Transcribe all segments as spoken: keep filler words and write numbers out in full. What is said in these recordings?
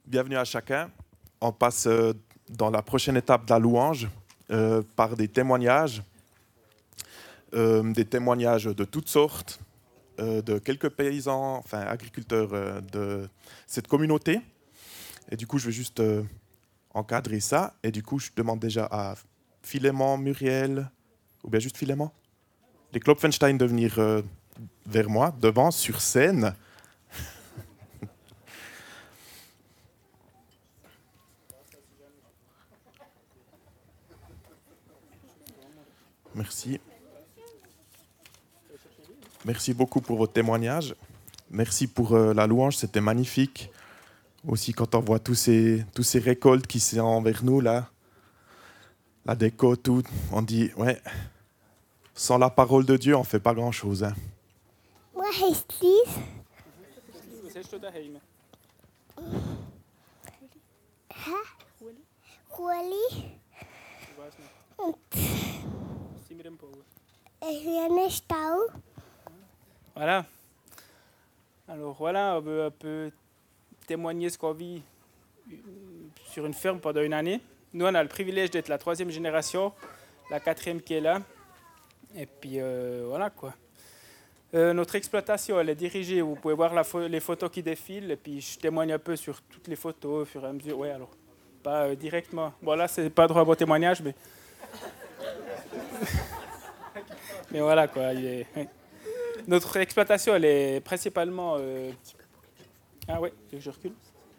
Bienvenue à chacun. On passe euh, dans la prochaine étape de la louange euh, par des témoignages, euh, des témoignages de toutes sortes, euh, de quelques paysans, enfin agriculteurs euh, de cette communauté. Et du coup, je vais juste euh, encadrer ça. Et du coup, je demande déjà à Philémon, Muriel, ou bien juste Philémon, les Klopfenstein de venir euh, vers moi, devant, sur scène. Merci. Merci beaucoup pour votre témoignage. Merci pour euh, la louange, c'était magnifique. Aussi quand on voit tous ces, tous ces récoltes qui sont envers nous, là, la déco, tout, on dit, ouais, sans la parole de Dieu, on ne fait pas grand-chose. Hein. Wat heißt dies? Was hast du daheim? Hä? Koeli Ich weiß nicht. und Sind wir im Bau? ein Hühnerstall. Voilà. Alors voilà, on veut un peu témoigner ce qu'on vit sur une ferme pendant une année. Nous, on a le privilège d'être la troisième génération, la quatrième qui est là. Et puis euh, voilà quoi. Euh, notre exploitation, elle est dirigée. Vous pouvez voir la pho- les photos qui défilent. Et puis je témoigne un peu sur toutes les photos au fur et à mesure. Ouais, alors pas euh, directement. Bon là, c'est pas droit à bon témoignage, mais mais voilà quoi. il est- ouais. Notre exploitation, elle est principalement. euh, Ah ouais, je recule.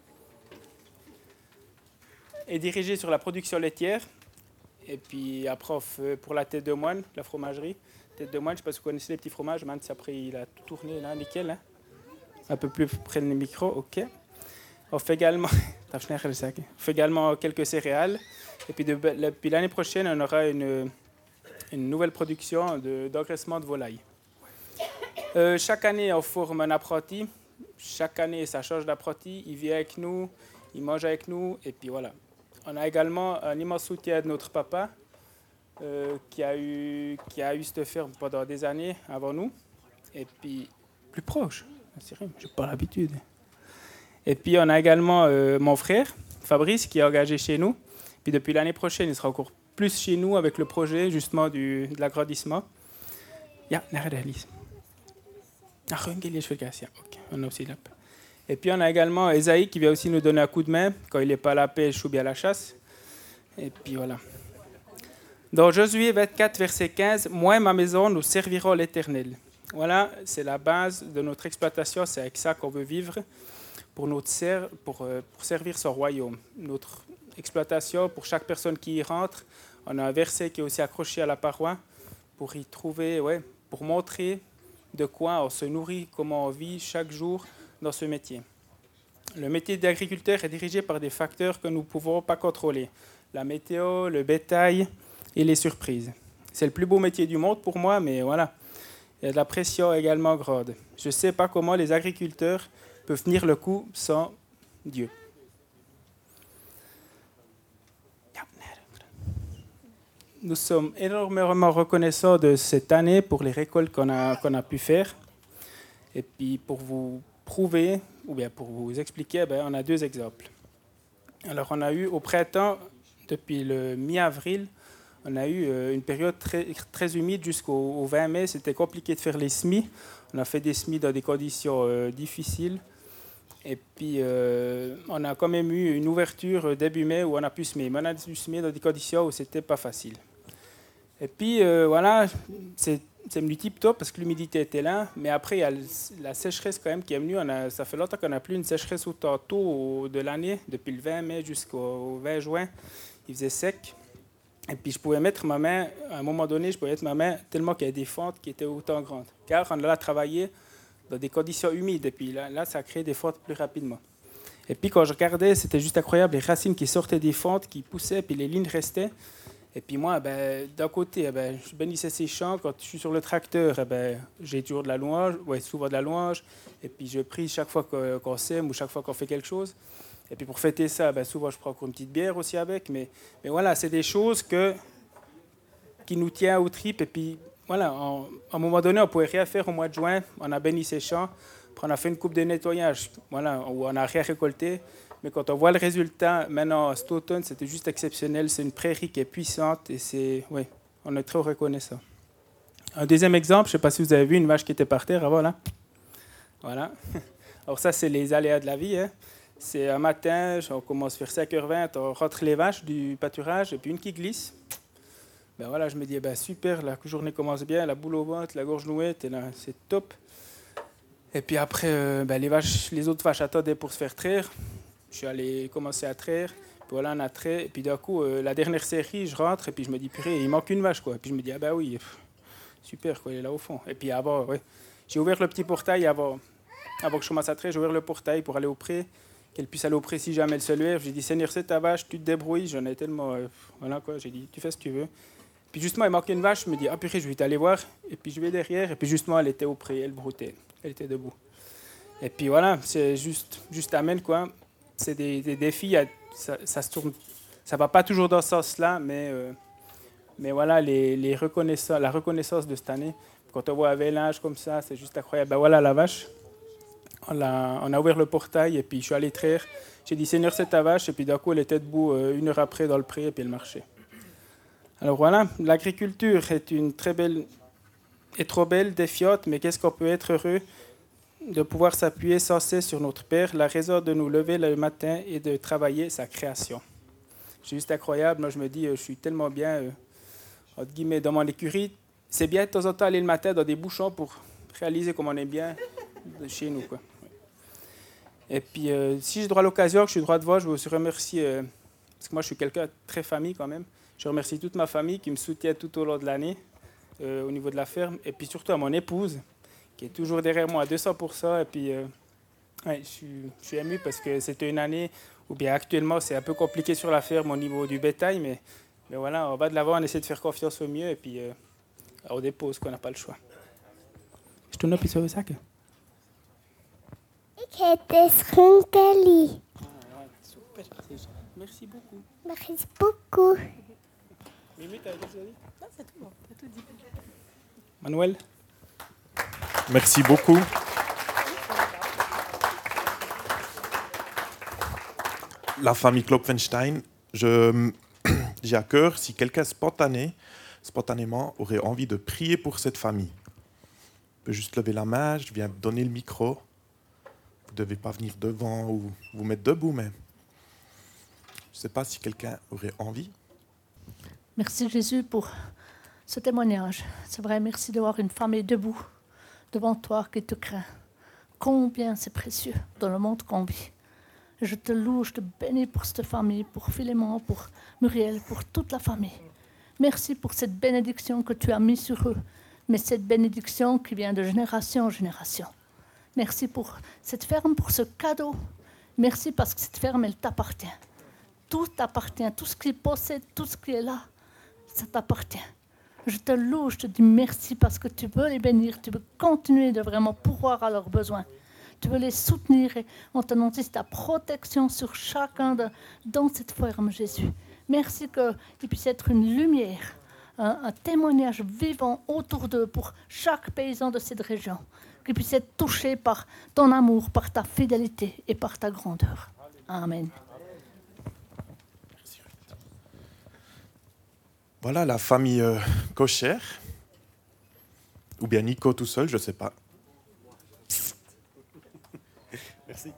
Est dirigée sur la production laitière. Et puis après, on fait pour la tête de moine, la fromagerie. Tête de moine, je ne sais pas si vous connaissez les petits fromages. Mans, après, il a tout tourné là, nickel. Hein. Un peu plus près du micro, ok. On fait également, on fait également quelques céréales. Et puis de- depuis l'année prochaine, on aura une, une nouvelle production de- d'engraissement de volaille. Euh, chaque année, on forme un apprenti. Chaque année, ça change d'apprenti. Il vient avec nous, il mange avec nous, et puis voilà. On a également un immense soutien de notre papa, euh, qui a eu, qui a eu cette ferme pendant des années avant nous. Et puis, plus proche, c'est vrai, je n'ai pas l'habitude. Et puis, on a également euh, mon frère, Fabrice, qui est engagé chez nous. Puis, depuis l'année prochaine, il sera encore plus chez nous avec le projet, justement, du, de l'agrandissement. Ja, naar de Elise. Ah, Rungeli, je fais le Gassia. Ok, on a aussi la paix. Et puis on a également Esaïe qui vient aussi nous donner un coup de main quand il n'est pas à la pêche ou bien à la chasse. Et puis voilà. Dans Josué vingt-quatre, verset quinze, « Moi et ma maison, nous servirons l'Éternel. » Voilà, c'est la base de notre exploitation, c'est avec ça qu'on veut vivre pour, notre ser- pour, euh, pour servir son royaume. Notre exploitation, pour chaque personne qui y rentre, on a un verset qui est aussi accroché à la paroi pour y trouver, ouais, pour montrer de quoi on se nourrit, comment on vit chaque jour dans ce métier. Le métier d'agriculteur est dirigé par des facteurs que nous ne pouvons pas contrôler. La météo, le bétail et les surprises. C'est le plus beau métier du monde pour moi, mais voilà. Il y a de la pression également grande. Je ne sais pas comment les agriculteurs peuvent tenir le coup sans Dieu. Nous sommes énormément reconnaissants de cette année pour les récoltes qu'on a, qu'on a pu faire. Et puis pour vous prouver, ou bien pour vous expliquer, ben, on a deux exemples. Alors on a eu au printemps, depuis le mi-avril, on a eu euh, une période très, très humide jusqu'au au vingt mai. C'était compliqué de faire les semis. On a fait des semis dans des conditions euh, difficiles. Et puis euh, on a quand même eu une ouverture début mai où on a pu semer. Mais on a dû semer dans des conditions où c'était pas facile. Et puis euh, voilà, c'est c'est venu tip top parce que l'humidité était là, mais après il y a la sécheresse quand même qui est venue. On a, ça fait longtemps qu'on n'a plus une sécheresse autant tôt de l'année, depuis le vingt mai jusqu'au vingt juin, il faisait sec. Et puis je pouvais mettre ma main, à un moment donné, je pouvais mettre ma main tellement qu'il y avait des fentes qui étaient autant grandes. Car on a travaillé dans des conditions humides, et puis là, là ça crée des fentes plus rapidement. Et puis quand je regardais, c'était juste incroyable, les racines qui sortaient des fentes, qui poussaient, puis les lignes restaient. Et puis moi, ben, d'un côté, eh ben, je bénissais ces champs. Quand je suis sur le tracteur, eh ben, j'ai toujours de la louange, ouais, souvent de la louange. Et puis je prie chaque fois que- qu'on sème ou chaque fois qu'on fait quelque chose. Et puis pour fêter ça, ben, souvent je prends encore une petite bière aussi avec. Mais, mais voilà, c'est des choses que, qui nous tiennent aux tripes. Et puis voilà, en- à un moment donné, on ne pouvait rien faire au mois de juin. On a béni ces champs. Puis on a fait une coupe de nettoyage, voilà, où on n'a rien récolté. Mais quand on voit le résultat, maintenant, cet automne, c'était juste exceptionnel. C'est une prairie qui est puissante et c'est, oui, on est très reconnaissant. Un deuxième exemple, je ne sais pas si vous avez vu une vache qui était par terre avant, là. Voilà. Alors ça, c'est les aléas de la vie. Hein. C'est un matin, on commence vers cinq heures vingt, on rentre les vaches du pâturage et puis une qui glisse. Ben voilà, je me dis, eh ben super, la journée commence bien, la boule au ventre, la gorge nouée, c'est top. Et puis après, euh, ben les, vaches, les autres vaches attendaient pour se faire traire. Je suis allé commencer à traire. Puis voilà, on a trait. Et puis d'un coup, euh, la dernière série, je rentre et puis je me dis, purée, il manque une vache, quoi. Et puis je me dis, ah ben oui, pff, super, quoi, il est là au fond. Et puis avant, ouais, j'ai ouvert le petit portail avant, avant que je commence à traire, j'ai ouvert le portail pour aller au pré, qu'elle puisse aller au pré si jamais elle se lève. J'ai dit, Seigneur, c'est ta vache, tu te débrouilles. J'en ai tellement, euh, voilà quoi, j'ai dit, tu fais ce que tu veux. Puis justement, il manquait une vache, je me dis, ah purée, je vais aller voir. Et puis je vais derrière, et puis justement, elle était au pré, elle broutait, elle était debout. Et puis voilà, c'est juste, juste amen, quoi. C'est des, des défis, ça, ça se tourne, ça va pas toujours dans ce sens-là, mais, euh, mais voilà, les, les reconnaissances, la reconnaissance de cette année, quand on voit un vélage comme ça, c'est juste incroyable. Ben voilà la vache, on a, on a ouvert le portail et puis je suis allé traire. J'ai dit, Seigneur, c'est ta vache, et puis d'un coup, elle était debout euh, une heure après dans le pré, et puis elle marchait. Alors voilà, l'agriculture est une très belle, est trop belle, défiante, mais qu'est-ce qu'on peut être heureux de pouvoir s'appuyer sans cesse sur notre Père, la raison de nous lever le matin et de travailler sa création. C'est juste incroyable. Moi, je me dis, je suis tellement bien, euh, entre guillemets, dans mon écurie. C'est bien de temps en temps aller le matin dans des bouchons pour réaliser comme on est bien de chez nous, quoi. Et puis, euh, si j'ai droit à l'occasion, que je suis droit de voix, je veux aussi remercier, euh, parce que moi, je suis quelqu'un de très famille quand même. Je remercie toute ma famille qui me soutient tout au long de l'année euh, au niveau de la ferme, et puis surtout à mon épouse, qui est toujours derrière moi à deux cents pour cent. Et puis, euh, ouais, je, suis, je suis ému parce que c'était une année où bien actuellement c'est un peu compliqué sur la ferme au niveau du bétail, mais, mais voilà, on va de l'avant, on essaie de faire confiance au mieux et puis euh, on dépose, qu'on n'a pas le choix. Je te note sur le sac. Ik heet Desrun Kelly. Ah, ouais, super. Merci beaucoup. Merci beaucoup. Mimi, t'as quelque chose à dire? Non, c'est tout bon. T'as tout dit. Manuel? Merci beaucoup. La famille Klopfenstein, je, j'ai à cœur si quelqu'un spontané, spontanément aurait envie de prier pour cette famille. Peut juste lever la main, je viens donner le micro. Vous ne devez pas venir devant ou vous mettre debout, mais je ne sais pas si quelqu'un aurait envie. Merci Jésus pour ce témoignage. C'est vrai, merci d'avoir une famille debout devant toi qui te craint. Combien c'est précieux dans le monde qu'on vit. Je te loue, je te bénis pour cette famille, pour Philémon, pour Muriel, pour toute la famille. Merci pour cette bénédiction que tu as mise sur eux, mais cette bénédiction qui vient de génération en génération. Merci pour cette ferme, pour ce cadeau. Merci parce que cette ferme, elle t'appartient. Tout t'appartient, tout ce qu'ils possèdent, tout ce qui est là, ça t'appartient. Je te loue, je te dis merci parce que tu veux les bénir, tu veux continuer de vraiment pourvoir à leurs besoins. Tu veux les soutenir et on t'annonce ta protection sur chacun de, dans cette ferme, Jésus. Merci qu'il puisse être une lumière, un, un témoignage vivant autour d'eux pour chaque paysan de cette région. Qu'il puisse être touché par ton amour, par ta fidélité et par ta grandeur. Amen. Voilà la famille euh, Kocher, ou bien Nico tout seul, je ne sais pas. Merci.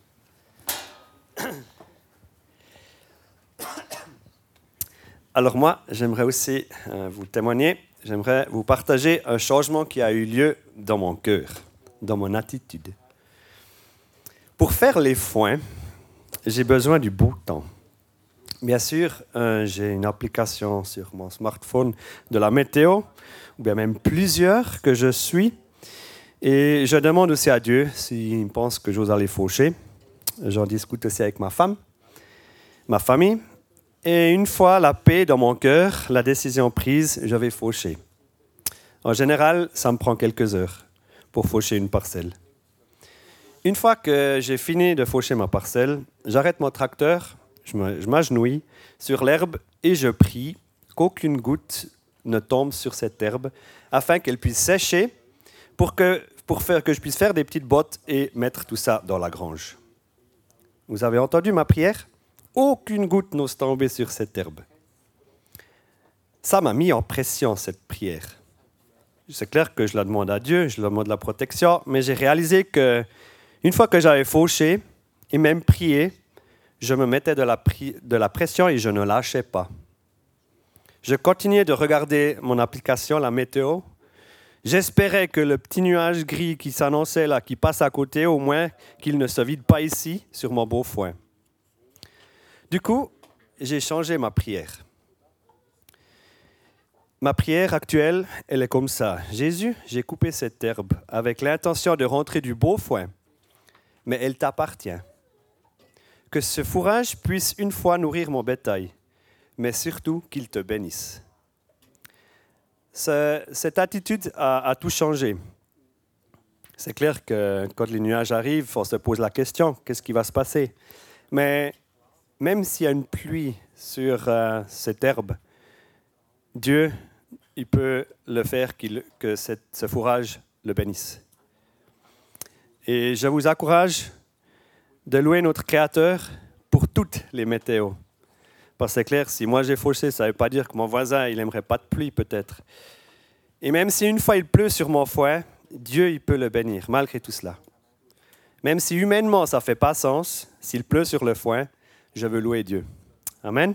Alors moi, j'aimerais aussi euh, vous témoigner, j'aimerais vous partager un changement qui a eu lieu dans mon cœur, dans mon attitude. Pour faire les foins, j'ai besoin du beau temps. Bien sûr, euh, j'ai une application sur mon smartphone de la météo, ou bien même plusieurs que je suis. Et je demande aussi à Dieu s'il pense que j'ose aller faucher. J'en discute aussi avec ma femme, ma famille. Et une fois la paix dans mon cœur, la décision prise, je vais faucher. En général, ça me prend quelques heures pour faucher une parcelle. Une fois que j'ai fini de faucher ma parcelle, j'arrête mon tracteur, je m'agenouille sur l'herbe et je prie qu'aucune goutte ne tombe sur cette herbe afin qu'elle puisse sécher pour que, pour faire, que je puisse faire des petites bottes et mettre tout ça dans la grange. Vous avez entendu ma prière? Aucune goutte n'ose tomber sur cette herbe. Ça m'a mis en pression, cette prière. C'est clair que je la demande à Dieu, je la demande la protection, mais j'ai réalisé que une fois que j'avais fauché et même prié, je me mettais de la, pri- de la pression et je ne lâchais pas. Je continuais de regarder mon application, la météo. J'espérais que le petit nuage gris qui s'annonçait là, qui passe à côté, au moins qu'il ne se vide pas ici, sur mon beau foin. Du coup, j'ai changé ma prière. Ma prière actuelle, elle est comme ça. Jésus, j'ai coupé cette herbe avec l'intention de rentrer du beau foin, mais elle t'appartient. Que ce fourrage puisse une fois nourrir mon bétail, mais surtout qu'il te bénisse. Ce, cette attitude a, a tout changé. C'est clair que quand les nuages arrivent, on se pose la question, qu'est-ce qui va se passer? Mais même s'il y a une pluie sur euh, cette herbe, Dieu, il peut le faire qu'il, que cette, ce fourrage le bénisse. Et je vous encourage de louer notre Créateur pour toutes les météos. Parce que c'est clair, si moi j'ai fauché, ça ne veut pas dire que mon voisin, il n'aimerait pas de pluie peut-être. Et même si une fois il pleut sur mon foin, Dieu, il peut le bénir, malgré tout cela. Même si humainement, ça ne fait pas sens, s'il pleut sur le foin, je veux louer Dieu. Amen.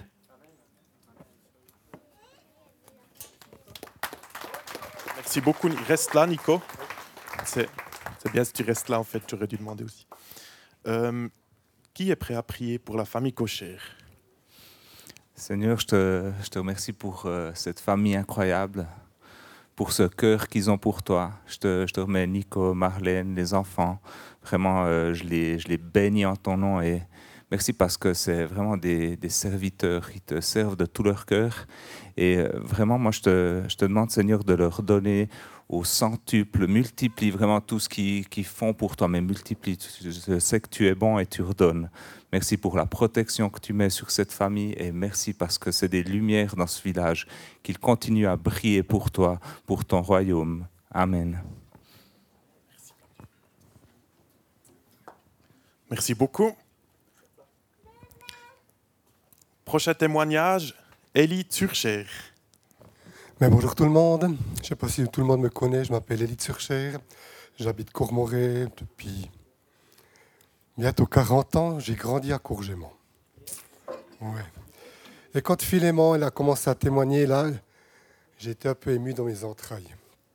Merci beaucoup. Reste là, Nico. C'est, c'est bien si tu restes là, en fait, j'aurais dû demander aussi. Euh, qui est prêt à prier pour la famille Kocher? Seigneur, je te, je te remercie pour euh, cette famille incroyable, pour ce cœur qu'ils ont pour toi. Je te, je te remets Nico, Marlène, les enfants. Vraiment, euh, je, les, je les bénis en ton nom et merci parce que c'est vraiment des, des serviteurs qui te servent de tout leur cœur. Et euh, vraiment, moi, je te, je te demande, Seigneur, de leur donner au centuple, multiplie vraiment tout ce qu'ils, qu'ils font pour toi, mais multiplie. Je sais que tu es bon et tu redonnes. Merci pour la protection que tu mets sur cette famille et merci parce que c'est des lumières dans ce village, qu'ils continuent à briller pour toi, pour ton royaume. Amen. Merci beaucoup. Prochain témoignage, Elie Zurcher. Mais bonjour tout le monde, je ne sais pas si tout le monde me connaît, je m'appelle Elie Zurcher, j'habite Courmoret depuis bientôt quarante ans, j'ai grandi à Courgémont. Ouais. Et quand Philémon elle a commencé à témoigner là, j'étais un peu ému dans mes entrailles.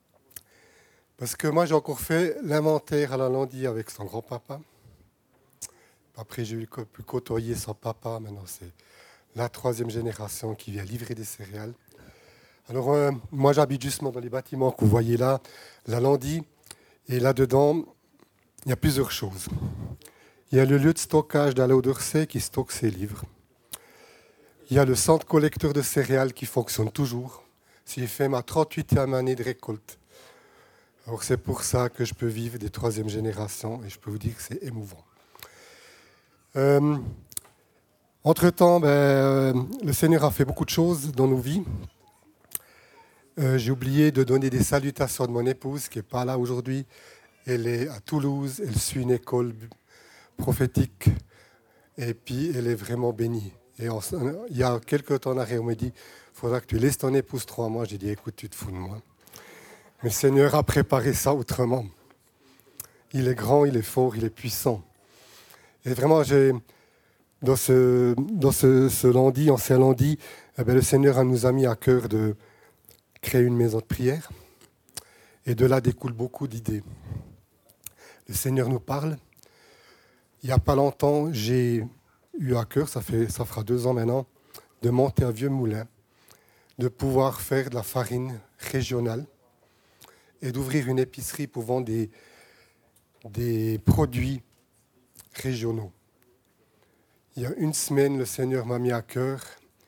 Parce que moi j'ai encore fait l'inventaire à la Landie avec son grand-papa. Après j'ai pu côtoyer son papa, maintenant c'est la troisième génération qui vient livrer des céréales. Alors, euh, moi, j'habite justement dans les bâtiments que vous voyez là, la Landie. Et là-dedans, il y a plusieurs choses. Il y a le lieu de stockage d'Alain d'Orsay qui stocke ses livres. Il y a le centre collecteur de céréales qui fonctionne toujours. J'ai fait ma trente-huitième année de récolte. Alors, c'est pour ça que je peux vivre des troisième générations et je peux vous dire que c'est émouvant. Euh, entre-temps, ben, euh, le Seigneur a fait beaucoup de choses dans nos vies. Euh, j'ai oublié de donner des salutations de mon épouse qui n'est pas là aujourd'hui. Elle est à Toulouse, elle suit une école prophétique et puis elle est vraiment bénie. Et on, il y a quelques temps en arrière, on m'a dit, il faudra que tu laisses ton épouse trois mois. J'ai dit, écoute, tu te fous de moi. Mais le Seigneur a préparé ça autrement. Il est grand, il est fort, il est puissant. Et vraiment, j'ai, dans ce, dans ce, ce lundi, en ce lundi, eh bien, le Seigneur nous a mis à cœur de créer une maison de prière. Et de là découlent beaucoup d'idées. Le Seigneur nous parle. Il n'y a pas longtemps, j'ai eu à cœur, ça, fait, ça fera deux ans maintenant, de monter un vieux moulin, de pouvoir faire de la farine régionale et d'ouvrir une épicerie pour vendre des, des produits régionaux. Il y a une semaine, le Seigneur m'a mis à cœur.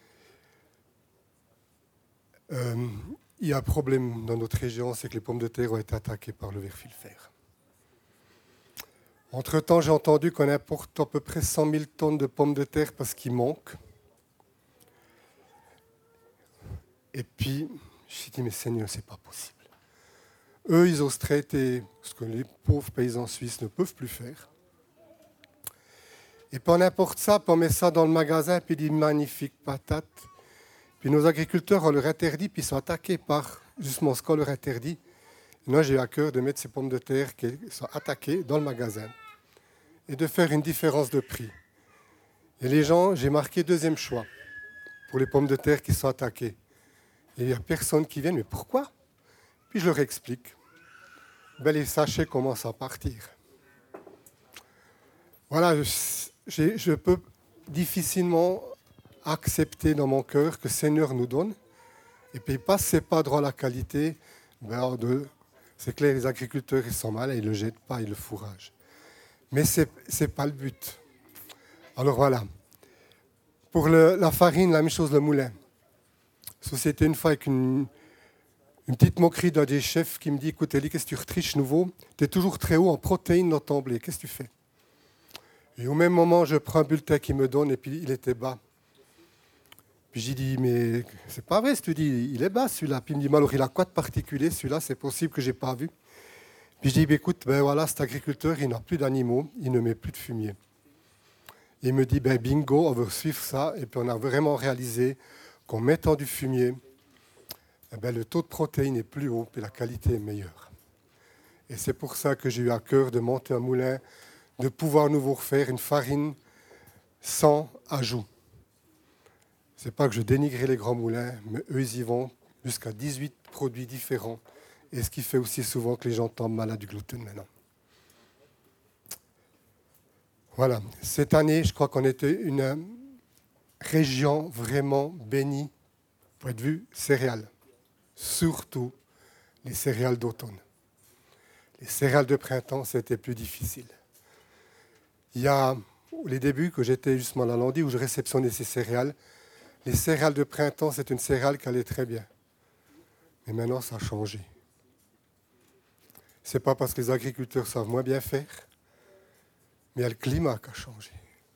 Euh, il y a un problème dans notre région, c'est que les pommes de terre ont été attaquées par le ver filefert. Entre-temps, j'ai entendu qu'on importe à peu près cent mille tonnes de pommes de terre parce qu'il manque. Et puis, je me suis dit, mais Seigneur, ce n'est pas possible. Eux, ils osent traiter ce que les pauvres paysans suisses ne peuvent plus faire. Et puis on importe ça, puis on met ça dans le magasin, puis il dit magnifique patate. Puis nos agriculteurs, on leur interdit, puis ils sont attaqués par justement ce qu'on leur interdit. Et moi, j'ai eu à cœur de mettre ces pommes de terre qui sont attaquées dans le magasin et de faire une différence de prix. Et les gens, j'ai marqué deuxième choix pour les pommes de terre qui sont attaquées. Et il n'y a personne qui vient, mais pourquoi? Puis je leur explique. Ben, les sachets commencent à partir. Voilà, je, je peux difficilement accepter dans mon cœur que le Seigneur nous donne. Et puis, il passe ses pas droit à la qualité. Ben, de, c'est clair, les agriculteurs, ils sont mal, ils ne le jettent pas, ils le fourragent. Mais ce n'est pas le but. Alors voilà. Pour le, la farine, la même chose, le moulin. Société une fois avec une, une petite moquerie d'un des chefs qui me dit, écoute Elie, qu'est-ce que tu retriches nouveau? Tu es toujours très haut en protéines dans ton blé, qu'est-ce que tu fais? Et au même moment, je prends un bulletin qu'il me donne et puis il était bas. Puis j'ai dit, mais c'est pas vrai ce que tu dis, il est bas celui-là. Puis il me dit, mais alors il a quoi de particulier celui-là? C'est possible que je n'ai pas vu. Puis je dis, ben, écoute, ben voilà, cet agriculteur, il n'a plus d'animaux, il ne met plus de fumier. Et il me dit, ben bingo, on veut suivre ça. Et puis on a vraiment réalisé qu'en mettant du fumier, eh ben, le taux de protéines est plus haut et la qualité est meilleure. Et c'est pour ça que j'ai eu à cœur de monter un moulin, de pouvoir nous vous refaire une farine sans ajout. Ce n'est pas que je dénigrais les grands moulins, mais eux, ils y vont jusqu'à dix-huit produits différents. Et ce qui fait aussi souvent que les gens tombent malades du gluten maintenant. Voilà. Cette année, je crois qu'on était une région vraiment bénie, pour être vu, céréales. Surtout les céréales d'automne. Les céréales de printemps, c'était plus difficile. Il y a les débuts que j'étais justement à la Landie, où je réceptionnais ces céréales. Les céréales de printemps, c'est une céréale qui allait très bien. Mais maintenant, ça a changé. Ce n'est pas parce que les agriculteurs savent moins bien faire, mais il y a le climat qui a changé.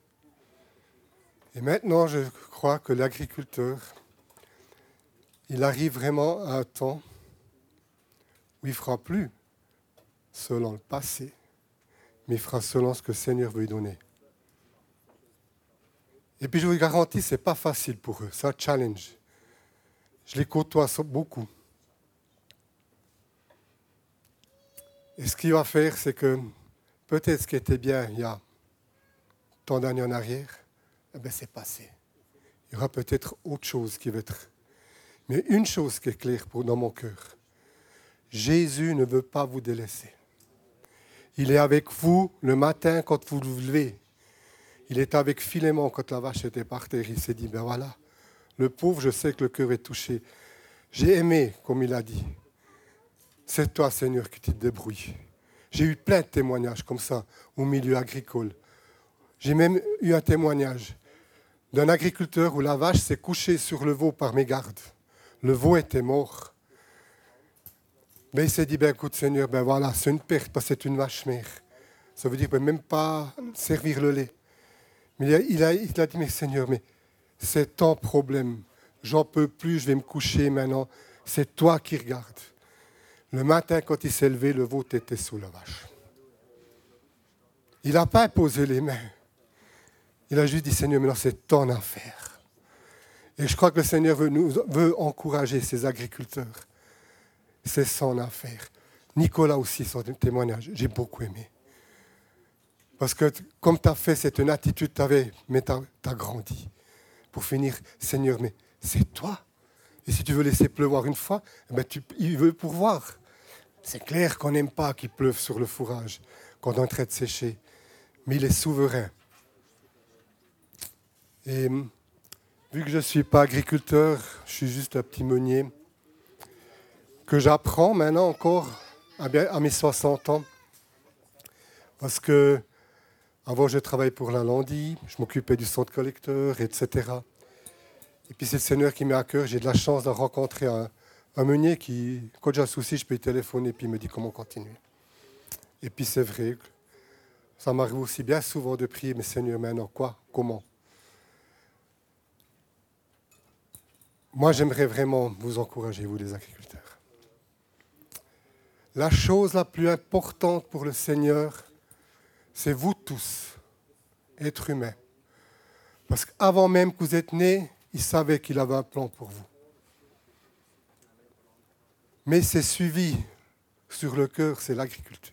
Et maintenant, je crois que l'agriculteur, il arrive vraiment à un temps où il ne fera plus selon le passé, mais il fera selon ce que le Seigneur veut lui donner. Et puis je vous garantis, ce n'est pas facile pour eux, c'est un challenge. Je les côtoie beaucoup. Et ce qu'il va faire, c'est que peut-être ce qui était bien il y a tant d'années en arrière, eh bien, c'est passé. Il y aura peut-être autre chose qui va être. Mais une chose qui est claire pour, dans mon cœur, Jésus ne veut pas vous délaisser. Il est avec vous le matin quand vous vous levez. Il était avec Philémon quand la vache était par terre. Il s'est dit, ben voilà, le pauvre, je sais que le cœur est touché. J'ai aimé, comme il a dit. C'est toi, Seigneur, qui te débrouilles. J'ai eu plein de témoignages comme ça au milieu agricole. J'ai même eu un témoignage d'un agriculteur où la vache s'est couchée sur le veau par mégarde. Le veau était mort. Mais il s'est dit, ben écoute Seigneur, ben voilà, c'est une perte parce que c'est une vache mère. Ça veut dire ben, même pas servir le lait. Mais il a, il, a, il a dit, mais Seigneur, mais c'est ton problème. J'en peux plus, je vais me coucher maintenant. C'est toi qui regardes. Le matin, quand il s'est levé, le veau était sous la vache. Il n'a pas imposé les mains. Il a juste dit, Seigneur, maintenant c'est ton affaire. Et je crois que le Seigneur veut, nous, veut encourager ses agriculteurs. C'est son affaire. Nicolas aussi, son témoignage, j'ai beaucoup aimé. Parce que comme tu as fait, c'est une attitude que tu avais, mais tu as grandi. Pour finir, Seigneur, mais c'est toi. Et si tu veux laisser pleuvoir une fois, eh ben tu, il veut pourvoir. C'est clair qu'on n'aime pas qu'il pleuve sur le fourrage, qu'on est en train de sécher. Mais il est souverain. Et vu que je ne suis pas agriculteur, je suis juste un petit meunier, que j'apprends maintenant encore à mes soixante ans. Parce que avant, je travaillais pour la Landie, je m'occupais du centre collecteur, et cetera. Et puis c'est le Seigneur qui met à cœur. J'ai de la chance de rencontrer un, un meunier qui, quand j'ai un souci, je peux lui téléphoner et puis il me dit comment continuer. Et puis c'est vrai, ça m'arrive aussi bien souvent de prier, mais Seigneur, maintenant quoi? Comment? Moi, j'aimerais vraiment vous encourager, vous les agriculteurs. La chose la plus importante pour le Seigneur, c'est vous tous être humain. Parce qu'avant même que vous êtes nés, il savait qu'il avait un plan pour vous. Mais c'est suivi sur le cœur, c'est l'agriculture.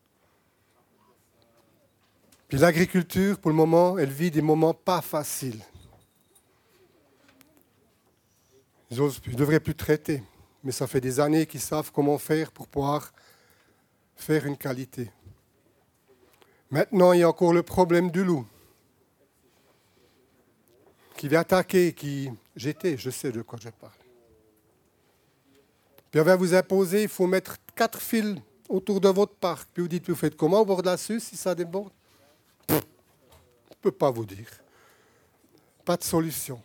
Puis l'agriculture, pour le moment, elle vit des moments pas faciles. Ils ne devraient plus traiter, mais ça fait des années qu'ils savent comment faire pour pouvoir faire une qualité. Maintenant, il y a encore le problème du loup qui vient attaquer, qui... J'étais, je sais de quoi je parle. Puis on va vous imposer, il faut mettre quatre fils autour de votre parc. Puis vous dites, vous faites comment au bord de la Suisse si ça déborde? Je ne peux pas vous dire. Pas de solution.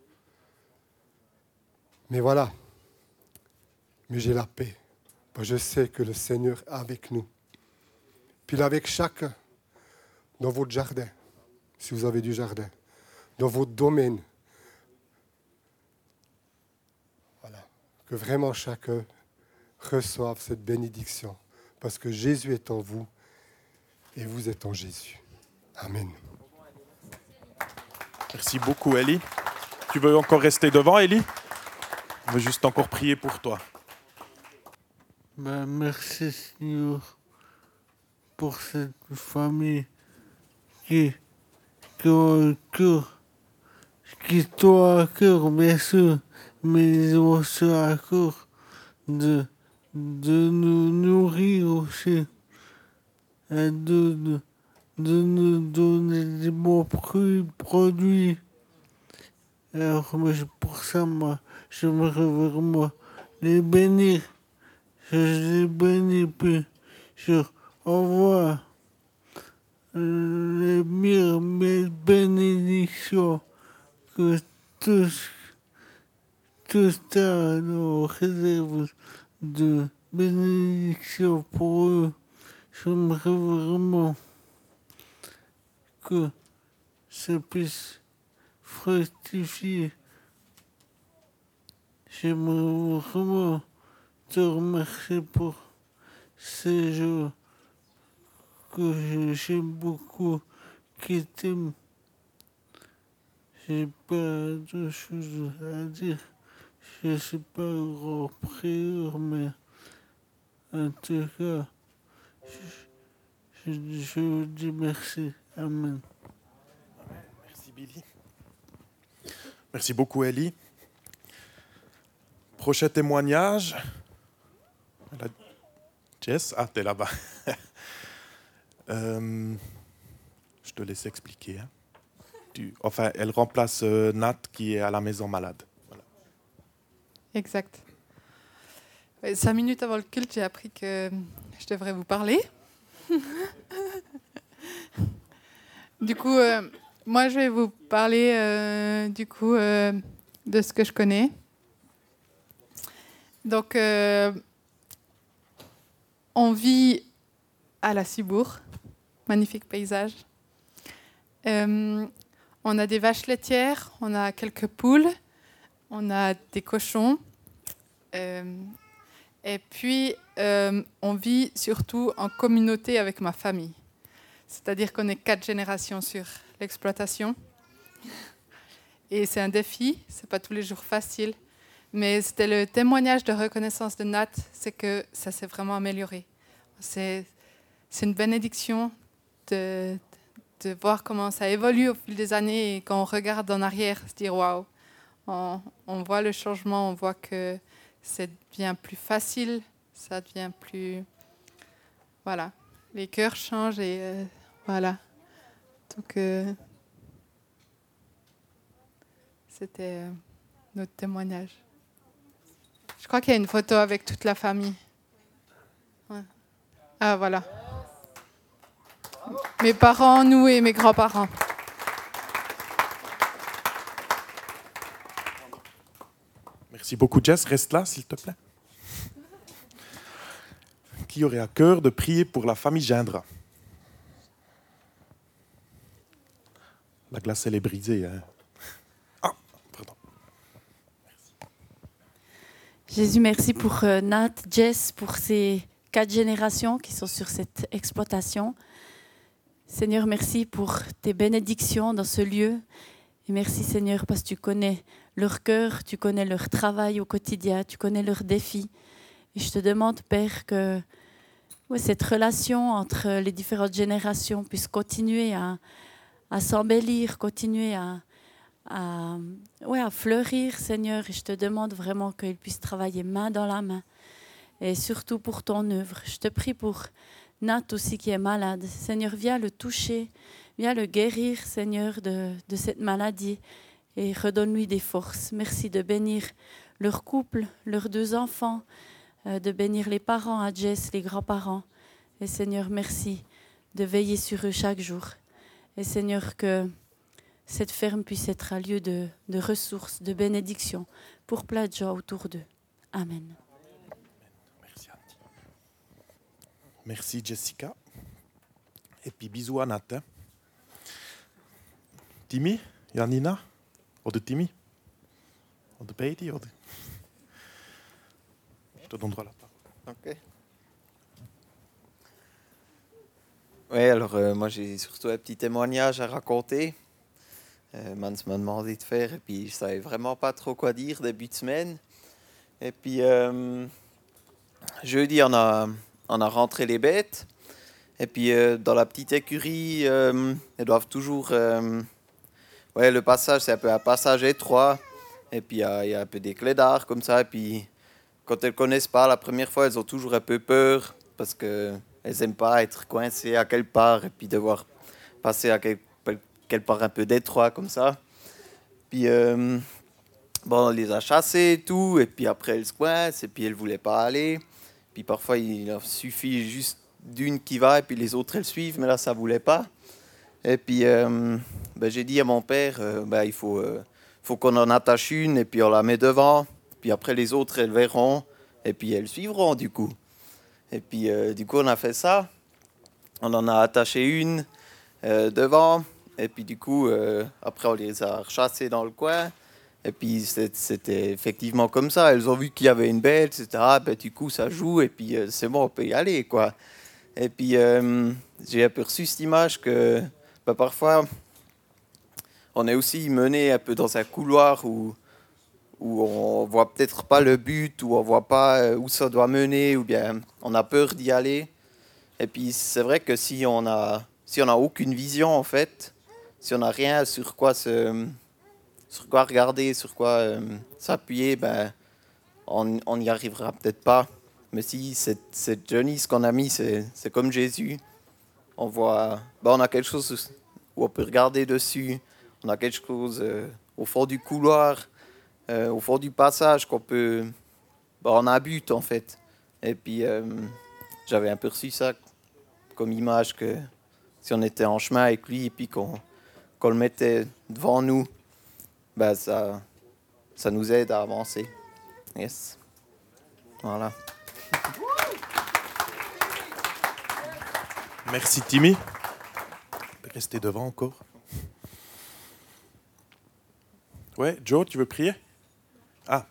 Mais voilà. Mais j'ai la paix. Parce que je sais que le Seigneur est avec nous. Puis il est avec chacun dans votre jardin, si vous avez du jardin, dans votre domaine. Voilà. Que vraiment chacun reçoive cette bénédiction. Parce que Jésus est en vous et vous êtes en Jésus. Amen. Merci beaucoup, Elie. Tu veux encore rester devant, Elie? On veut juste encore prier pour toi. Ben, merci, Seigneur, pour cette famille qui, qui a un cœur, qui a à cœur, bien sûr, mais ils ont aussi à cœur de, de nous nourrir aussi, et de, de, de nous donner des bons produits. Alors, moi, pour ça, moi, j'aimerais vraiment les bénir. Je les bénis, puis je envoie les meilleures bénédictions que tous, tous à nos réserves de bénédictions pour eux. J'aimerais vraiment que ça puisse fructifier. J'aimerais vraiment te remercier pour ces jours que j'aime beaucoup, qui t'aiment. J'ai pas de choses à dire. Je ne suis pas un grand prieur, mais en tout cas, je, je, je vous dis merci. Amen. Merci, Billy. Merci beaucoup, Elie. Prochain témoignage. La... Jess, ah, t'es là-bas. euh, je te laisse expliquer. Hein. Tu... Enfin, elle remplace euh, Nat qui est à la maison malade. Voilà. Exact. Ouais, cinq minutes avant le culte, j'ai appris que je devrais vous parler. Du coup, euh, moi, je vais vous parler euh, du coup euh, de ce que je connais. Donc, euh, on vit à la Cibourg, magnifique paysage. Euh, on a des vaches laitières, on a quelques poules, on a des cochons. Euh, et puis, euh, on vit surtout en communauté avec ma famille. C'est-à-dire qu'on est quatre générations sur l'exploitation. Et c'est un défi, c'est pas tous les jours facile. Mais c'était le témoignage de reconnaissance de Nat, c'est que ça s'est vraiment amélioré. C'est, c'est une bénédiction de, de voir comment ça évolue au fil des années et quand on regarde en arrière, se dire waouh, on, on voit le changement, on voit que ça devient plus facile, ça devient plus... Voilà, les cœurs changent et euh, voilà. Donc, euh, c'était euh, notre témoignage. Je crois qu'il y a une photo avec toute la famille. Ouais. Ah, voilà. Mes parents, nous et mes grands-parents. Merci beaucoup, Jess. Reste là, s'il te plaît. Qui aurait à cœur de prier pour la famille Gindra? La glace, elle est brisée. Hein. Ah, pardon. Jésus, merci pour euh, Nat, Jess, pour ces quatre générations qui sont sur cette exploitation. Seigneur, merci pour tes bénédictions dans ce lieu. Et merci Seigneur parce que tu connais leur cœur, tu connais leur travail au quotidien, tu connais leurs défis. Et je te demande, Père, que ouais, cette relation entre les différentes générations puisse continuer à, à s'embellir, continuer à, à, ouais, à fleurir, Seigneur. Et je te demande vraiment qu'ils puissent travailler main dans la main. Et surtout pour ton œuvre. Je te prie pour Nat aussi qui est malade. Seigneur, viens le toucher, viens le guérir, Seigneur, de, de cette maladie. Et redonne-lui des forces. Merci de bénir leur couple, leurs deux enfants, de bénir les parents, à Jess, les grands-parents. Et Seigneur, merci de veiller sur eux chaque jour. Et Seigneur, que cette ferme puisse être un lieu de, de ressources, de bénédiction pour plein de gens autour d'eux. Amen. Merci, Andy. Merci, Jessica. Et puis bisous à Nathan. Timmy, Janina, ou de Timmy, ou de Beatty, ou de... Je te donnerai la parole. Ok. Oui, alors euh, moi j'ai surtout un petit témoignage à raconter. Euh, Mans m'a demandé de faire et puis je savais vraiment pas trop quoi dire début de semaine. Et puis euh, jeudi on a on a rentré les bêtes et puis euh, dans la petite écurie euh, elles doivent toujours euh, ouais le passage c'est un peu un passage étroit et puis il y, y a un peu des clédards comme ça et puis quand elles ne connaissent pas, la première fois, elles ont toujours un peu peur parce qu'elles n'aiment pas être coincées à quelque part et puis devoir passer à quelque, quelque part un peu d'étroit comme ça. Puis, euh, bon, on les a chassées et tout, et puis après, elles se coincent et puis elles ne voulaient pas aller. Puis parfois, il leur suffit juste d'une qui va et puis les autres, elles suivent, mais là, ça ne voulait pas. Et puis, euh, ben, j'ai dit à mon père, euh, ben, il faut, euh, faut qu'on en attache une et puis on la met devant. Puis après, les autres, elles verront et puis elles suivront du coup. Et puis, euh, du coup, on a fait ça. On en a attaché une euh, devant. Et puis, du coup, euh, après, on les a rechassées dans le coin. Et puis, c'était effectivement comme ça. Elles ont vu qu'il y avait une bête, et cetera. Ben, du coup, ça joue. Et puis, euh, c'est bon, on peut y aller, quoi. Et puis, euh, j'ai aperçu cette image que ben, parfois, on est aussi mené un peu dans un couloir où où on voit peut-être pas le but, où on voit pas où ça doit mener, ou bien on a peur d'y aller. Et puis c'est vrai que si on a, si on n'a aucune vision en fait, si on n'a rien sur quoi se, sur quoi regarder, sur quoi euh, s'appuyer, ben on n'y arrivera peut-être pas. Mais si cette, cette journey, ce qu'on a mis, c'est, c'est comme Jésus, on voit, ben on a quelque chose où on peut regarder dessus, on a quelque chose euh, au fond du couloir. Euh, au fond du passage qu'on peut... Bah, on a un but, en fait. Et puis, euh, j'avais un peu reçu ça comme image que si on était en chemin avec lui et puis qu'on, qu'on le mettait devant nous, bah, ça, ça nous aide à avancer. Yes. Voilà. Merci, Timmy. On peut rester devant encore. Ouais, Joe, tu veux prier? Ah.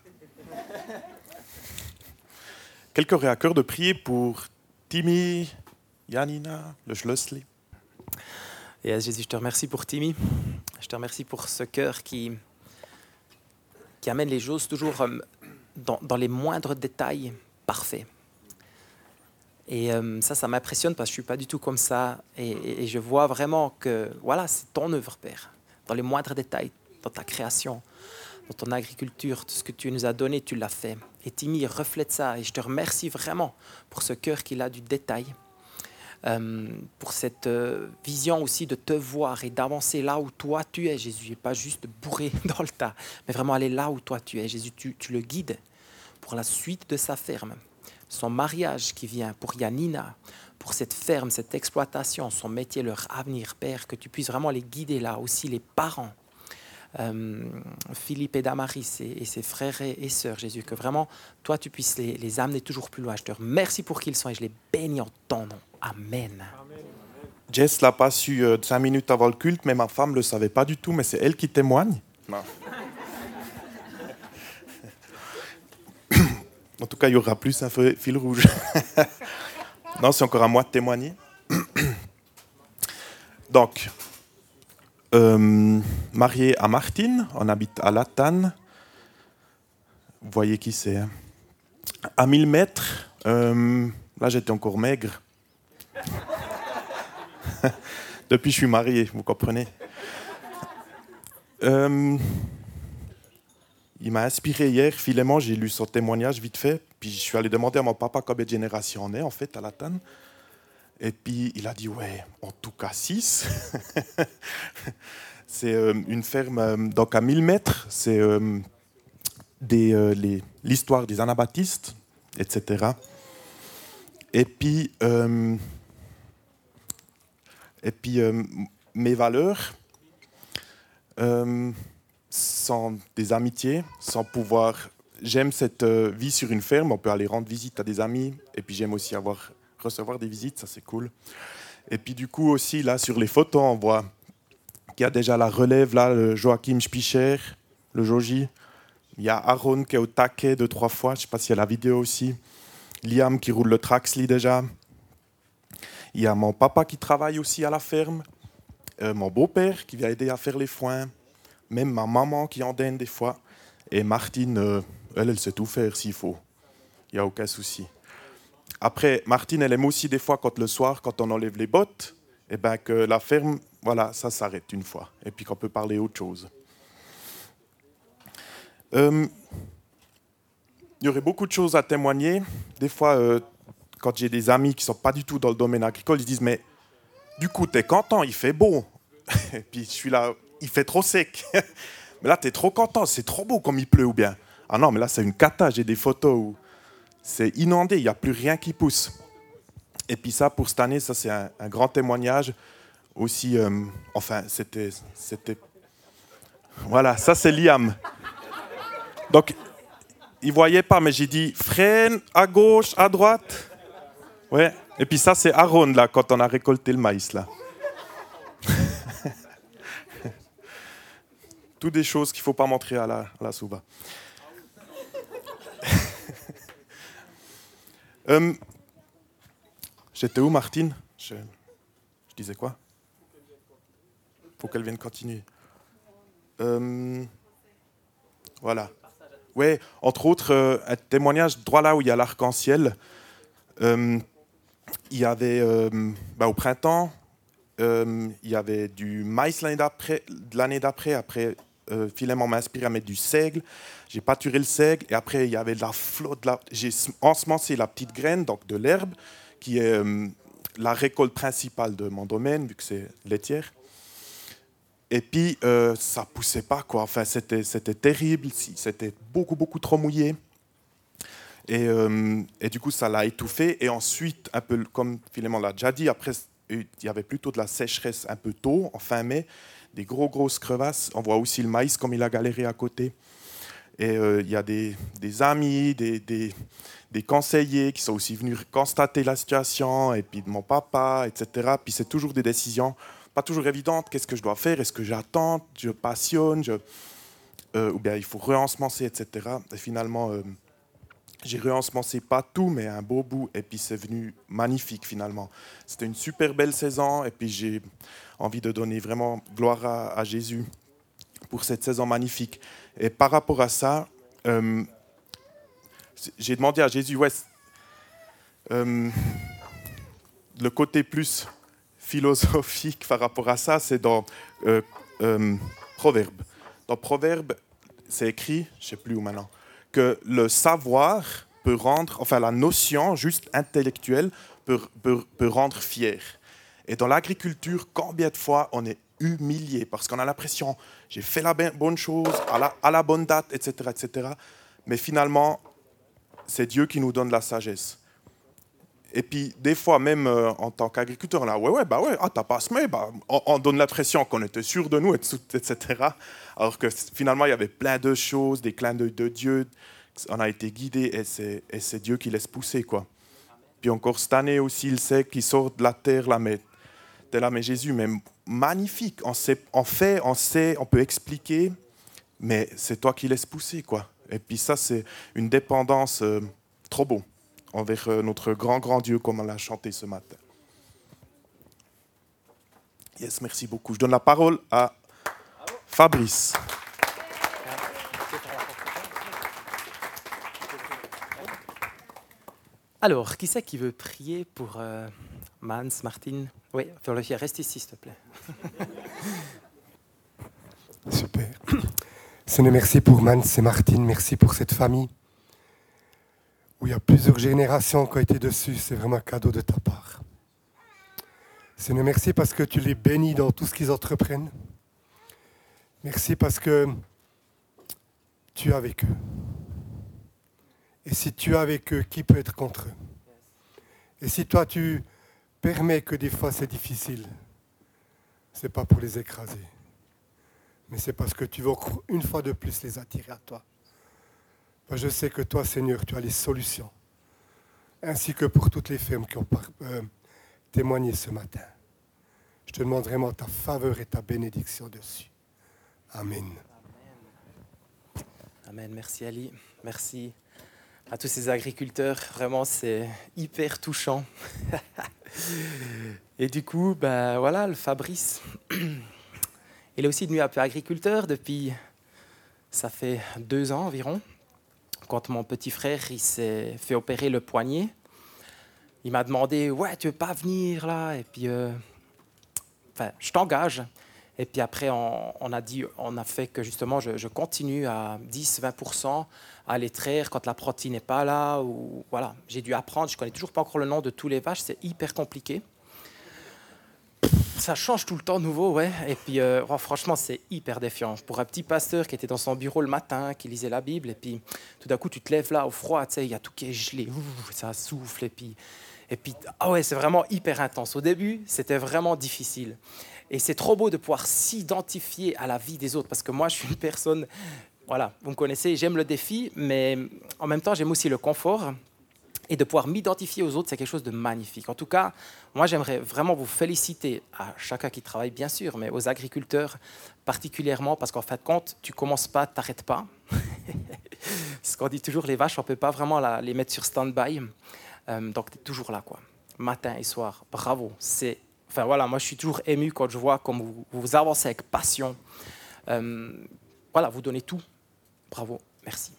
Quelqu'un aurait à cœur de prier pour Timmy, Janina, le Schlössli. Et Jésus, je te remercie pour Timmy. Je te remercie pour ce cœur qui, qui amène les choses toujours dans, dans les moindres détails parfaits. Et euh, ça, ça m'impressionne parce que je ne suis pas du tout comme ça. Et, et, et je vois vraiment que voilà, c'est ton œuvre, Père, dans les moindres détails, dans ta création, dans ton agriculture, tout ce que tu nous as donné, tu l'as fait. Et Timmy reflète ça. Et je te remercie vraiment pour ce cœur qu'il a du détail, euh, pour cette euh, vision aussi de te voir et d'avancer là où toi tu es, Jésus, et pas juste de bourrer dans le tas, mais vraiment aller là où toi tu es. Jésus, tu, tu le guides pour la suite de sa ferme, son mariage qui vient, pour Janina, pour cette ferme, cette exploitation, son métier, leur avenir, Père, que tu puisses vraiment les guider là, aussi les parents, Euh, Philippe et Damaris et, et ses frères et, et sœurs, Jésus, que vraiment, toi, tu puisses les, les amener toujours plus loin. Je te remercie pour qui ils sont et je les bénis en ton nom. Amen. Amen. Jess l'a pas su euh, cinq minutes avant le culte, mais ma femme ne le savait pas du tout, mais c'est elle qui témoigne. Non. En tout cas, il y aura plus un fil rouge. Non, c'est encore à moi de témoigner. Donc, euh, marié à Martine, on habite à Latane. Vous voyez qui c'est. Hein. À mille mètres, euh, là j'étais encore maigre. Depuis je suis marié, vous comprenez. Euh, il m'a inspiré hier, Philémon, j'ai lu son témoignage vite fait, puis je suis allé demander à mon papa combien de générations on est en fait à Latane. Et puis il a dit ouais, en tout cas six. C'est euh, une ferme euh, donc à mille mètres, c'est euh, des, euh, les, l'histoire des anabaptistes, et cetera. Et puis, euh, et puis euh, mes valeurs euh, sont des amitiés, sans pouvoir. J'aime cette euh, vie sur une ferme, on peut aller rendre visite à des amis, et puis j'aime aussi avoir, recevoir des visites, ça c'est cool. Et puis du coup aussi, là sur les photos, on voit qu'il y a déjà la relève, là, le Joachim Spicher, le Joji. Il y a Aaron qui est au taquet deux, trois fois, je ne sais pas s'il y a la vidéo aussi. Liam qui roule le Traxli déjà. Il y a mon papa qui travaille aussi à la ferme. Euh, mon beau-père qui vient aider à faire les foins. Même ma maman qui en donne des fois. Et Martine, euh, elle, elle sait tout faire s'il faut. Il n'y a aucun souci. Après, Martine, elle aime aussi des fois quand le soir, quand on enlève les bottes, et ben que la ferme, voilà, ça s'arrête une fois. Et puis qu'on peut parler autre chose. Euh, il y aurait beaucoup de choses à témoigner. Des fois, euh, quand j'ai des amis qui ne sont pas du tout dans le domaine agricole, ils disent « Mais du coup, tu es content, il fait beau. » Et puis je suis là, il fait trop sec. Mais là, tu es trop content, c'est trop beau comme il pleut ou bien. Ah non, mais là, c'est une cata, j'ai des photos où c'est inondé, il n'y a plus rien qui pousse. Et puis ça, pour cette année, ça c'est un, un grand témoignage. Aussi, euh, enfin, c'était, c'était... Voilà, ça c'est Liam. Donc, il ne voyait pas, mais j'ai dit freine à gauche, à droite. Ouais. Et puis ça, c'est Aaron, là, quand on a récolté le maïs, là. Toutes des choses qu'il ne faut pas montrer à la, à la Souba. euh, J'étais où, Martine je, je disais quoi? Faut qu'elle vienne continuer. Euh, voilà. Ouais, entre autres, euh, un témoignage droit là où il y a l'arc-en-ciel. Euh, il y avait, euh, bah, au printemps, euh, il y avait du maïs l'année d'après. L'année d'après, après, euh, Philémon m'a inspiré à mettre du seigle. J'ai pâturé le seigle et après, il y avait de la flotte. La... J'ai ensemencé la petite graine, donc de l'herbe, qui est euh, la récolte principale de mon domaine, vu que c'est laitière. Et puis, euh, ça ne poussait pas, quoi. Enfin, c'était, c'était terrible. C'était beaucoup, beaucoup trop mouillé. Et, euh, et du coup, ça l'a étouffé. Et ensuite, un peu comme Philémon l'a déjà dit, après, il y avait plutôt de la sécheresse un peu tôt, en fin mai, des gros, grosses crevasses. On voit aussi le maïs, comme il a galéré à côté. Et euh, il y a des, des amis, des, des, des conseillers qui sont aussi venus constater la situation, et puis mon papa, et cetera. Puis c'est toujours des décisions pas toujours évidentes. Qu'est-ce que je dois faire? Est-ce que j'attends? Je passionne? je, euh, Ou bien il faut re-ensemencer, et cetera. Et finalement, euh, j'ai re-ensemencé pas tout, mais un beau bout. Et puis c'est venu magnifique finalement. C'était une super belle saison. Et puis j'ai envie de donner vraiment gloire à, à Jésus pour cette saison magnifique. Et par rapport à ça, euh, j'ai demandé à Jésus, ouais, euh, le côté plus philosophique par rapport à ça, c'est dans euh, euh, Proverbe. Dans Proverbe, c'est écrit, je ne sais plus où maintenant, que le savoir peut rendre, enfin la notion juste intellectuelle peut, peut, peut rendre fier. Et dans l'agriculture, combien de fois on est humilié parce qu'on a l'impression j'ai fait la bonne chose à la, à la bonne date, et cetera, et cetera. Mais finalement, c'est Dieu qui nous donne la sagesse. Et puis, des fois, même euh, en tant qu'agriculteur, on a ouais, ouais, bah ouais, ah, t'as pas semé, bah, on, on donne l'impression qu'on était sûr de nous, et cetera. Alors que finalement, il y avait plein de choses, des clins d'œil de Dieu. On a été guidés et c'est, et c'est Dieu qui laisse pousser, quoi. Puis encore cette année aussi, il sait qu'il sort de la terre, là, mais t'es là, mais Jésus, mais magnifique. On sait, on fait, on sait, on peut expliquer, mais c'est toi qui laisses pousser, quoi. Et puis ça, c'est une dépendance euh, trop beau envers notre grand, grand Dieu, comme on l'a chanté ce matin. Yes, merci beaucoup. Je donne la parole à Fabrice. Alors, qui c'est qui veut prier pour euh, Mans, Martine? Oui, Véronique, reste ici, s'il te plaît. Super. Seigneur, merci pour Mans et Martine, merci pour cette famille où il y a plusieurs générations qui ont été dessus. C'est vraiment un cadeau de ta part. Seigneur, merci parce que tu les bénis dans tout ce qu'ils entreprennent. Merci parce que tu es avec eux. Et si tu es avec eux, qui peut être contre eux? Et si toi, tu permets que des fois c'est difficile, ce n'est pas pour les écraser, mais c'est parce que tu veux une fois de plus les attirer à toi. Je sais que toi, Seigneur, tu as les solutions, ainsi que pour toutes les femmes qui ont par, euh, témoigné ce matin. Je te demande vraiment ta faveur et ta bénédiction dessus. Amen. Amen. Amen. Merci Ali. Merci à tous ces agriculteurs. Vraiment, c'est hyper touchant. Et du coup, ben voilà, le Fabrice, il est aussi devenu un peu agriculteur depuis, ça fait deux ans environ. Quand mon petit frère il s'est fait opérer le poignet, il m'a demandé « Ouais, tu veux pas venir là ?» Et puis, euh, enfin, je t'engage. Et puis après, on, on, a dit, on a fait que justement, je, je continue à dix à vingt pour cent à les traire quand la protéine n'est pas là. Ou, voilà, j'ai dû apprendre. Je ne connais toujours pas encore le nom de tous les vaches. C'est hyper compliqué. Ça change tout le temps nouveau, ouais. Et puis, euh, oh, franchement, c'est hyper défiant. Pour un petit pasteur qui était dans son bureau le matin, qui lisait la Bible, et puis tout d'un coup, tu te lèves là au froid, tu sais, il y a tout qui est gelé, ouh, ça souffle, et puis, et puis, ah ouais, c'est vraiment hyper intense. Au début, c'était vraiment difficile. Et c'est trop beau de pouvoir s'identifier à la vie des autres, parce que moi, je suis une personne, voilà, vous me connaissez, j'aime le défi, mais en même temps, j'aime aussi le confort. Et de pouvoir m'identifier aux autres, c'est quelque chose de magnifique. En tout cas, moi, j'aimerais vraiment vous féliciter, à chacun qui travaille, bien sûr, mais aux agriculteurs particulièrement, parce qu'en fin de compte, tu ne commences pas, tu n'arrêtes pas. Ce qu'on dit toujours, les vaches, on ne peut pas vraiment la, les mettre sur stand-by. Euh, donc, tu es toujours là, quoi. Matin et soir. Bravo. C'est, enfin, voilà, moi, je suis toujours ému quand je vois comme vous, vous avancez avec passion. Euh, voilà, vous donnez tout. Bravo. Merci.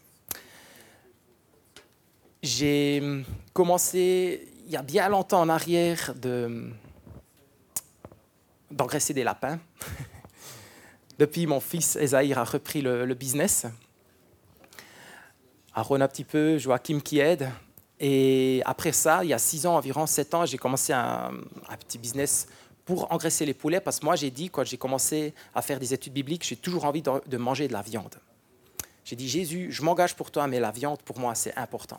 J'ai commencé, il y a bien longtemps en arrière, de, d'engraisser des lapins. Depuis, mon fils Esaïr a repris le, le business. Aaron un petit peu, Joachim qui aide. Et après ça, il y a six ans, environ sept ans, j'ai commencé un, un petit business pour engraisser les poulets. Parce que moi, j'ai dit, quand j'ai commencé à faire des études bibliques, j'ai toujours envie de, de manger de la viande. J'ai dit, Jésus, je m'engage pour toi, mais la viande, pour moi, c'est important.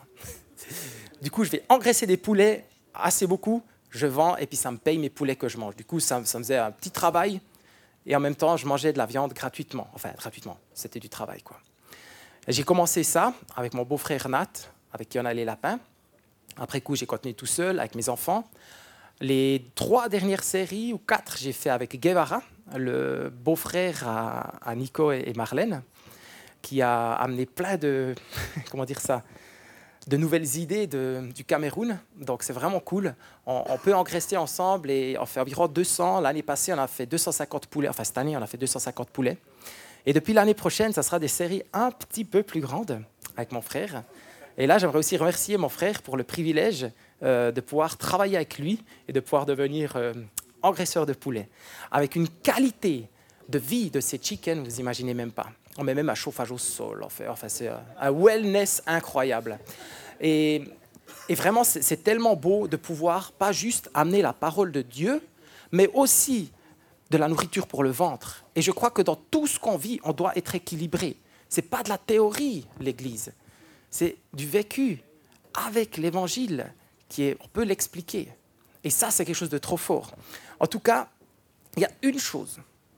Du coup, je vais engraisser des poulets assez beaucoup, je vends, et puis ça me paye mes poulets que je mange. Du coup, ça, ça me faisait un petit travail, et en même temps, je mangeais de la viande gratuitement. Enfin, gratuitement, c'était du travail, quoi. Et j'ai commencé ça avec mon beau-frère Nat, avec qui on a les lapins. Après coup, j'ai continué tout seul, avec mes enfants. Les trois dernières séries, ou quatre, j'ai fait avec Guevara, le beau-frère à, à Nico et Marlène, qui a amené plein de, comment dire ça, de nouvelles idées de, du Cameroun. Donc, c'est vraiment cool. On, on peut engraisser ensemble et on fait environ deux cents. L'année passée, on a fait deux cent cinquante poulets. Enfin, cette année, on a fait deux cent cinquante poulets. Et depuis l'année prochaine, ça sera des séries un petit peu plus grandes avec mon frère. Et là, j'aimerais aussi remercier mon frère pour le privilège euh, de pouvoir travailler avec lui et de pouvoir devenir euh, engraisseur de poulets. Avec une qualité de vie de ces chickens, vous imaginez même pas. On met même un chauffage au sol. Enfin, enfin, c'est un wellness incroyable. Et, et vraiment, c'est, c'est tellement beau de pouvoir pas juste amener la parole de Dieu, mais aussi de la nourriture pour le ventre. Et je crois que dans tout ce qu'on vit, on doit être équilibré. Ce n'est pas de la théorie, l'Église. C'est du vécu avec l'Évangile qui est, on peut l'expliquer. Et ça, c'est quelque chose de trop fort. En tout cas, il y a une chose,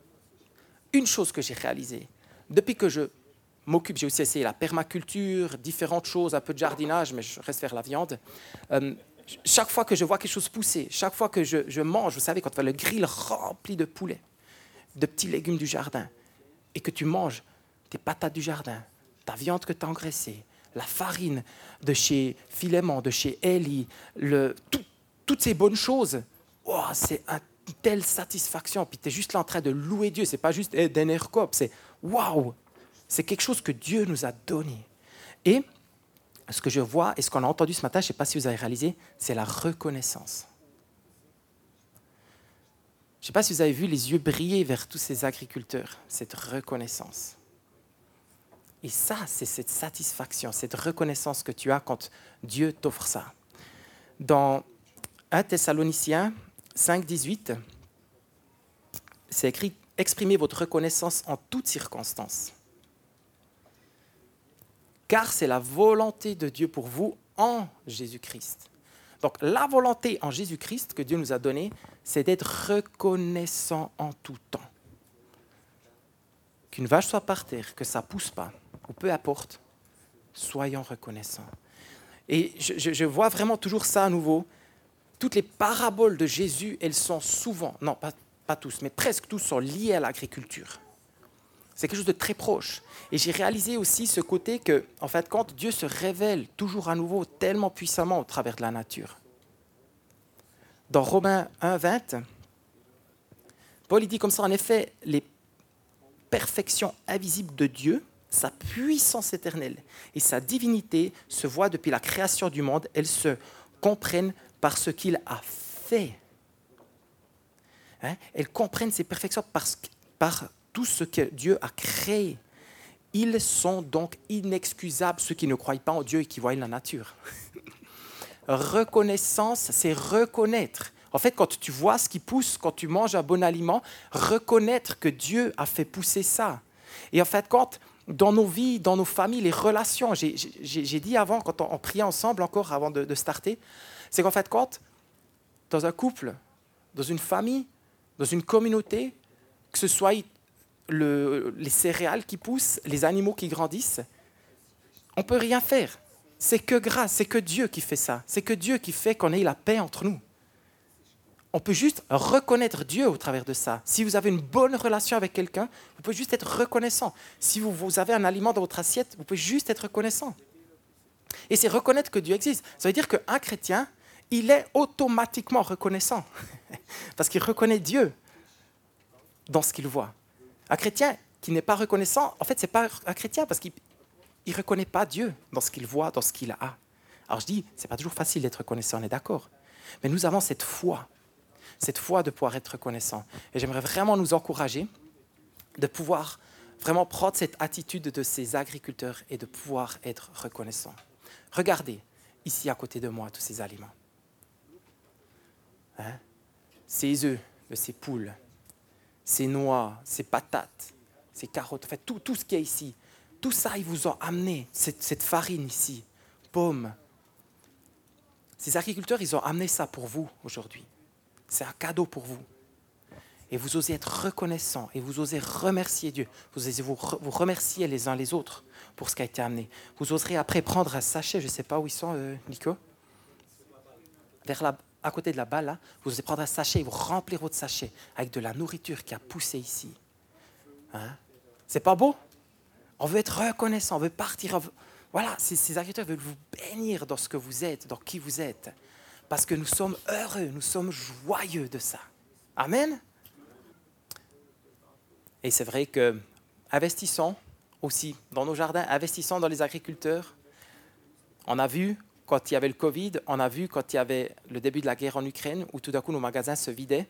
une chose que j'ai réalisée. Depuis que je m'occupe, j'ai aussi essayé la permaculture, différentes choses, un peu de jardinage, mais je reste vers la viande. Euh, chaque fois que je vois quelque chose pousser, chaque fois que je, je mange, vous savez, quand tu as le grill rempli de poulet, de petits légumes du jardin, et que tu manges tes patates du jardin, ta viande que tu as engraissée, la farine de chez Philémon, de chez Eli, le, tout, toutes ces bonnes choses, oh, c'est un telle satisfaction, puis tu es juste là en train de louer Dieu. Ce n'est pas juste hey, donner quoi, c'est waouh, c'est quelque chose que Dieu nous a donné. Et ce que je vois et ce qu'on a entendu ce matin, je ne sais pas si vous avez réalisé, c'est la reconnaissance. Je ne sais pas si vous avez vu les yeux briller vers tous ces agriculteurs, cette reconnaissance. Et ça, c'est cette satisfaction, cette reconnaissance que tu as quand Dieu t'offre ça. Dans un Thessaloniciens cinq, dix-huit, c'est écrit « Exprimez votre reconnaissance en toutes circonstances. Car c'est la volonté de Dieu pour vous en Jésus-Christ. » Donc, la volonté en Jésus-Christ que Dieu nous a donnée, c'est d'être reconnaissant en tout temps. Qu'une vache soit par terre, que ça ne pousse pas, ou peu importe, soyons reconnaissants. Et je, je, je vois vraiment toujours ça à nouveau. Toutes les paraboles de Jésus, elles sont souvent, non, pas, pas tous, mais presque tous sont liées à l'agriculture. C'est quelque chose de très proche. Et j'ai réalisé aussi ce côté que, en fait, quand Dieu se révèle toujours à nouveau tellement puissamment au travers de la nature. Dans Romains un, vingt, Paul il dit comme ça, en effet, les perfections invisibles de Dieu, sa puissance éternelle et sa divinité se voient depuis la création du monde. Elles se comprennent par ce qu'il a fait. Hein? Elles comprennent ces perfections parce, par tout ce que Dieu a créé. Ils sont donc inexcusables, ceux qui ne croient pas en Dieu et qui voient la nature. Reconnaissance, c'est reconnaître. En fait, quand tu vois ce qui pousse, quand tu manges un bon aliment, reconnaître que Dieu a fait pousser ça. Et en fait, quand dans nos vies, dans nos familles, les relations, j'ai, j'ai, j'ai dit avant, quand on, on priait ensemble encore avant de, de starter, c'est qu'en fait, quand dans un couple, dans une famille, dans une communauté, que ce soit le, les céréales qui poussent, les animaux qui grandissent, on ne peut rien faire. C'est que grâce, c'est que Dieu qui fait ça. C'est que Dieu qui fait qu'on ait la paix entre nous. On peut juste reconnaître Dieu au travers de ça. Si vous avez une bonne relation avec quelqu'un, vous pouvez juste être reconnaissant. Si vous, vous avez un aliment dans votre assiette, vous pouvez juste être reconnaissant. Et c'est reconnaître que Dieu existe. Ça veut dire qu'un chrétien, il est automatiquement reconnaissant. Parce qu'il reconnaît Dieu dans ce qu'il voit. Un chrétien qui n'est pas reconnaissant, en fait, ce n'est pas un chrétien parce qu'il ne reconnaît pas Dieu dans ce qu'il voit, dans ce qu'il a. Alors je dis, ce n'est pas toujours facile d'être reconnaissant, on est d'accord. Mais nous avons cette foi. Cette foi de pouvoir être reconnaissant. Et j'aimerais vraiment nous encourager de pouvoir vraiment prendre cette attitude de ces agriculteurs et de pouvoir être reconnaissant. Regardez, ici à côté de moi, tous ces aliments. Hein? Ces œufs de ces poules, ces noix, ces patates, ces carottes, en fait, tout, tout ce qui est ici. Tout ça, ils vous ont amené, cette, cette farine ici, pommes. Ces agriculteurs, ils ont amené ça pour vous aujourd'hui. C'est un cadeau pour vous. Et vous osez être reconnaissant et vous osez remercier Dieu. Vous osez vous, re- vous remercier les uns les autres pour ce qui a été amené. Vous oserez après prendre un sachet, je ne sais pas où ils sont, euh, Nico, vers la, à côté de la balle, là, vous osez prendre un sachet et vous remplir votre sachet avec de la nourriture qui a poussé ici. Hein? C'est pas beau? On veut être reconnaissant, on veut partir. Veut... Voilà, ces, ces agriculteurs veulent vous bénir dans ce que vous êtes, dans qui vous êtes. Parce que nous sommes heureux, nous sommes joyeux de ça. Amen. Et c'est vrai que investissons aussi dans nos jardins, investissons dans les agriculteurs. On a vu quand il y avait le Covid, on a vu quand il y avait le début de la guerre en Ukraine, où tout d'un coup nos magasins se vidaient.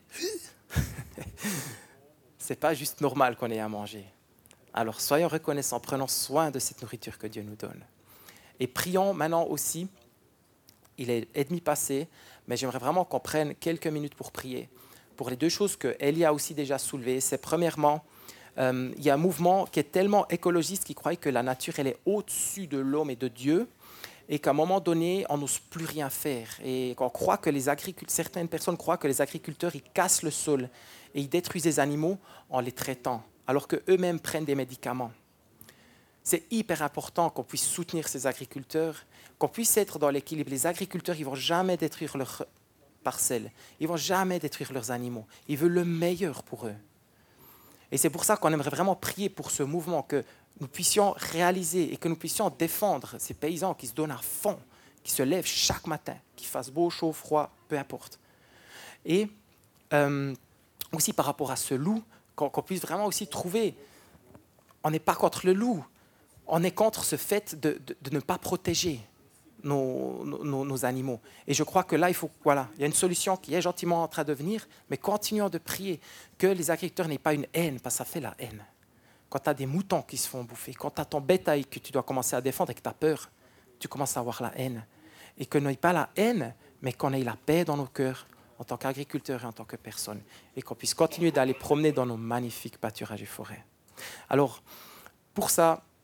C'est pas juste normal qu'on ait à manger. Alors soyons reconnaissants, prenons soin de cette nourriture que Dieu nous donne. Et prions maintenant aussi. Il est et demi passé, mais j'aimerais vraiment qu'on prenne quelques minutes pour prier. Pour les deux choses que Elie a aussi déjà soulevées, c'est premièrement, euh, il y a un mouvement qui est tellement écologiste qui croit que la nature elle est au-dessus de l'homme et de Dieu, et qu'à un moment donné, on n'ose plus rien faire. Et qu'on croit que les agriculteurs, certaines personnes croient que les agriculteurs ils cassent le sol et ils détruisent les animaux en les traitant, alors qu'eux-mêmes prennent des médicaments. C'est hyper important qu'on puisse soutenir ces agriculteurs, qu'on puisse être dans l'équilibre. Les agriculteurs, ils ne vont jamais détruire leurs parcelles, ils ne vont jamais détruire leurs animaux. Ils veulent le meilleur pour eux. Et c'est pour ça qu'on aimerait vraiment prier pour ce mouvement, que nous puissions réaliser et que nous puissions défendre ces paysans qui se donnent à fond, qui se lèvent chaque matin, qu'il fasse beau, chaud, froid, peu importe. Et euh, aussi par rapport à ce loup, qu'on, qu'on puisse vraiment aussi trouver, on n'est pas contre le loup, on est contre ce fait de, de, de ne pas protéger nos, nos, nos animaux. Et je crois que là, il faut, voilà, il y a une solution qui est gentiment en train de venir, mais continuons de prier que les agriculteurs n'aient pas une haine, parce que ça fait la haine. Quand tu as des moutons qui se font bouffer, quand tu as ton bétail que tu dois commencer à défendre et que tu as peur, tu commences à avoir la haine. Et que n'ait pas la haine, mais qu'on ait la paix dans nos cœurs, en tant qu'agriculteurs et en tant que personnes. Et qu'on puisse continuer d'aller promener dans nos magnifiques pâturages et forêts. Alors, pour ça,